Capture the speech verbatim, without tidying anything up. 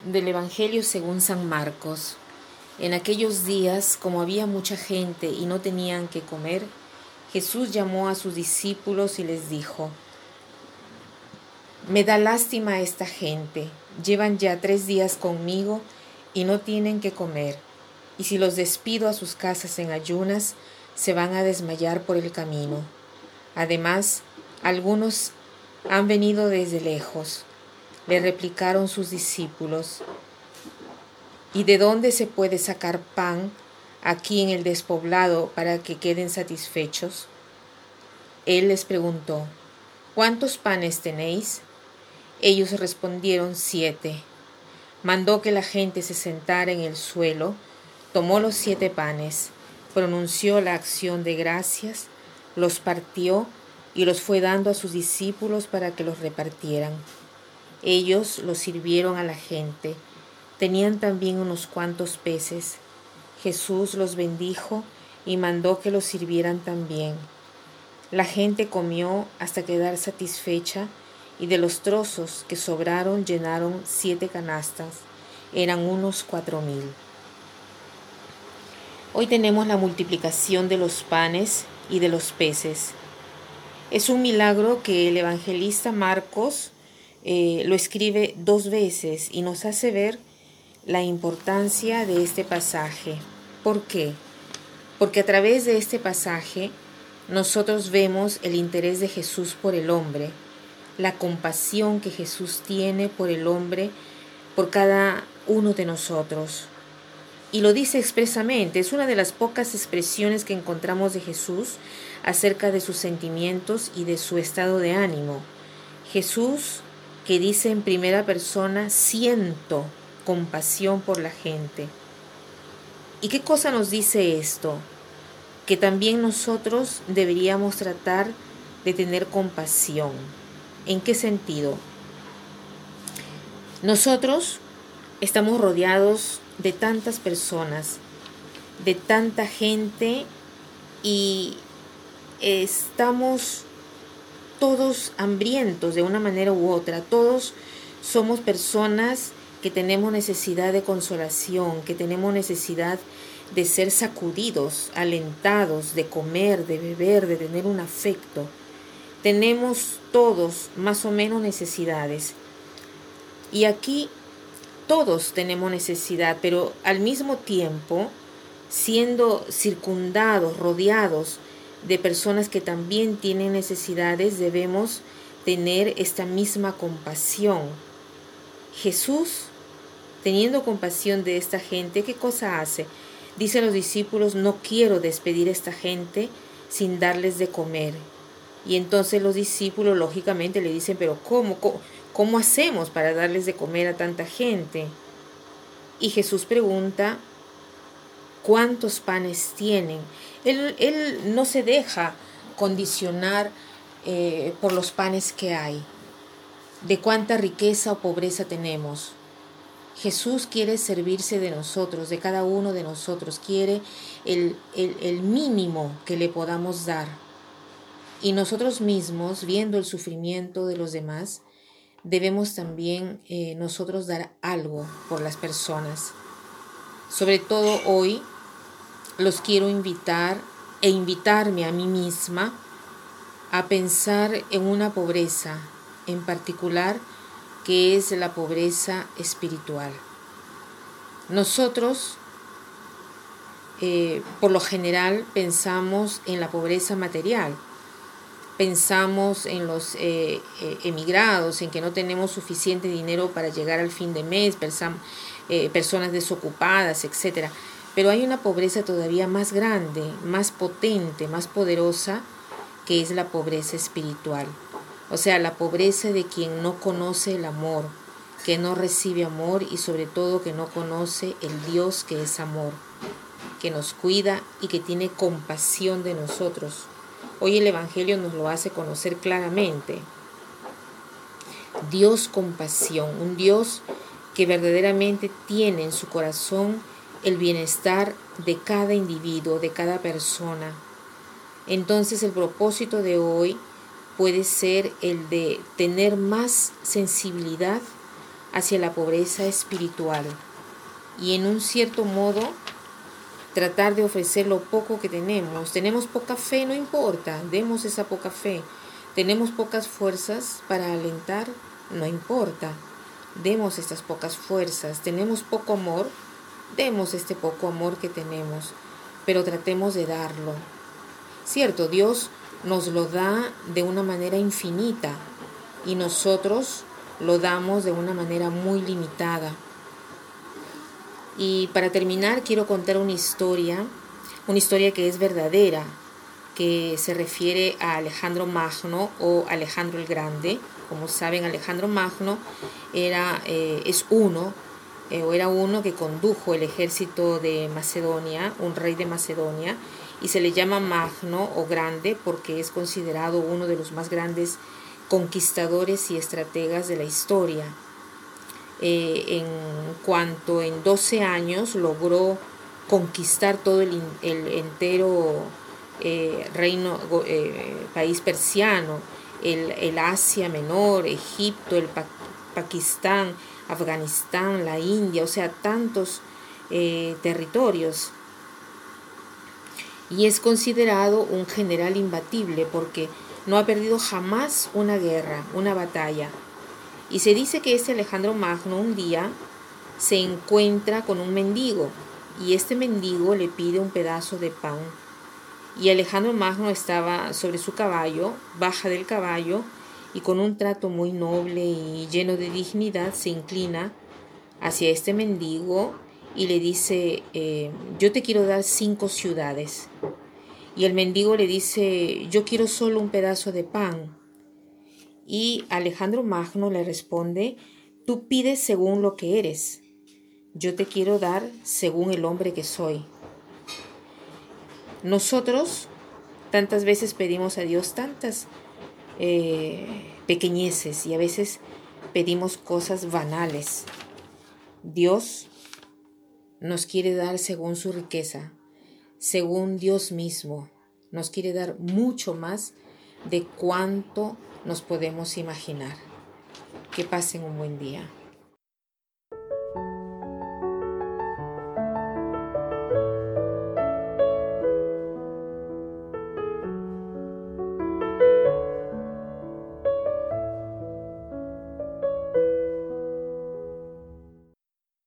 Del Evangelio según San Marcos. En aquellos días, como había mucha gente y no tenían qué comer, Jesús llamó a sus discípulos y les dijo: Me da lástima esta gente, llevan ya tres días conmigo y no tienen qué comer, y si los despido a sus casas en ayunas, se van a desmayar por el camino. Además, algunos han venido desde lejos. Le replicaron sus discípulos: ¿Y de dónde se puede sacar pan aquí en el despoblado para que queden satisfechos? Él les preguntó: ¿Cuántos panes tenéis? Ellos respondieron: siete. Mandó que la gente se sentara en el suelo, tomó los siete panes, pronunció la acción de gracias, los partió y los fue dando a sus discípulos para que los repartieran. Ellos los sirvieron a la gente. Tenían también unos cuantos peces. Jesús los bendijo y mandó que los sirvieran también. La gente comió hasta quedar satisfecha, y de los trozos que sobraron llenaron siete canastas. Eran unos cuatro mil. Hoy tenemos la multiplicación de los panes y de los peces. Es un milagro que el evangelista Marcos eh, lo escribe dos veces y nos hace ver la importancia de este pasaje. ¿Por qué? Porque a través de este pasaje nosotros vemos el interés de Jesús por el hombre, la compasión que Jesús tiene por el hombre, por cada uno de nosotros. Y lo dice expresamente, es una de las pocas expresiones que encontramos de Jesús acerca de sus sentimientos y de su estado de ánimo. Jesús, que dice en primera persona: siento compasión por la gente. ¿Y qué cosa nos dice esto? Que también nosotros deberíamos tratar de tener compasión. ¿En qué sentido? Nosotros estamos rodeados de tantas personas, de tanta gente, y estamos todos hambrientos de una manera u otra. Todos somos personas que tenemos necesidad de consolación, que tenemos necesidad de ser sacudidos, alentados, de comer, de beber, de tener un afecto. Tenemos todos más o menos necesidades. Y aquí todos tenemos necesidad, pero al mismo tiempo, siendo circundados, rodeados de personas que también tienen necesidades, debemos tener esta misma compasión. Jesús, teniendo compasión de esta gente, ¿qué cosa hace? Dice a los discípulos: no quiero despedir a esta gente sin darles de comer. Y entonces los discípulos lógicamente le dicen: pero ¿cómo? ¿Cómo, cómo hacemos para darles de comer a tanta gente? Y Jesús pregunta: ¿cuántos panes tienen? Él, él no se deja condicionar eh, por los panes que hay, de cuánta riqueza o pobreza tenemos. Jesús quiere servirse de nosotros, de cada uno de nosotros. Quiere el, el, el mínimo que le podamos dar. Y nosotros mismos, viendo el sufrimiento de los demás, debemos también eh, nosotros dar algo por las personas. Sobre todo hoy, los quiero invitar e invitarme a mí misma a pensar en una pobreza en particular, que es la pobreza espiritual. Nosotros, eh, por lo general, pensamos en la pobreza material. Pensamos en los eh, eh, emigrados, en que no tenemos suficiente dinero para llegar al fin de mes, pensamos, eh, personas desocupadas, etcétera. Pero hay una pobreza todavía más grande, más potente, más poderosa, que es la pobreza espiritual. O sea, la pobreza de quien no conoce el amor, que no recibe amor y sobre todo que no conoce el Dios que es amor, que nos cuida y que tiene compasión de nosotros. Hoy el Evangelio nos lo hace conocer claramente. Dios compasión, un Dios que verdaderamente tiene en su corazón el bienestar de cada individuo, de cada persona. Entonces el propósito de hoy puede ser el de tener más sensibilidad hacia la pobreza espiritual y en un cierto modo tratar de ofrecer lo poco que tenemos. Tenemos poca fe, no importa, demos esa poca fe. Tenemos pocas fuerzas para alentar, no importa, demos estas pocas fuerzas. Tenemos poco amor, demos este poco amor que tenemos, pero tratemos de darlo. Cierto, Dios nos lo da de una manera infinita y nosotros lo damos de una manera muy limitada. Y para terminar quiero contar una historia, una historia que es verdadera, que se refiere a Alejandro Magno o Alejandro el Grande. Como saben, Alejandro Magno era, eh, es uno, eh, o era uno que condujo el ejército de Macedonia, un rey de Macedonia, y se le llama Magno o Grande porque es considerado uno de los más grandes conquistadores y estrategas de la historia. Eh, en cuanto en doce años logró conquistar todo el, el entero eh, reino, eh, país persiano, el, el Asia Menor, Egipto, el pa Pakistán, Afganistán, la India, o sea, tantos eh, territorios. Y es considerado un general imbatible porque no ha perdido jamás una guerra, una batalla. Y se dice que este Alejandro Magno un día se encuentra con un mendigo y este mendigo le pide un pedazo de pan. Y Alejandro Magno estaba sobre su caballo, baja del caballo y con un trato muy noble y lleno de dignidad se inclina hacia este mendigo y le dice, eh, yo te quiero dar cinco ciudades. Y el mendigo le dice, yo quiero solo un pedazo de pan. Y Alejandro Magno le responde, tú pides según lo que eres, yo te quiero dar según el hombre que soy. Nosotros tantas veces pedimos a Dios tantas eh, pequeñeces y a veces pedimos cosas banales. Dios nos quiere dar según su riqueza, según Dios mismo. Nos quiere dar mucho más de cuánto nos podemos imaginar. Que pasen un buen día.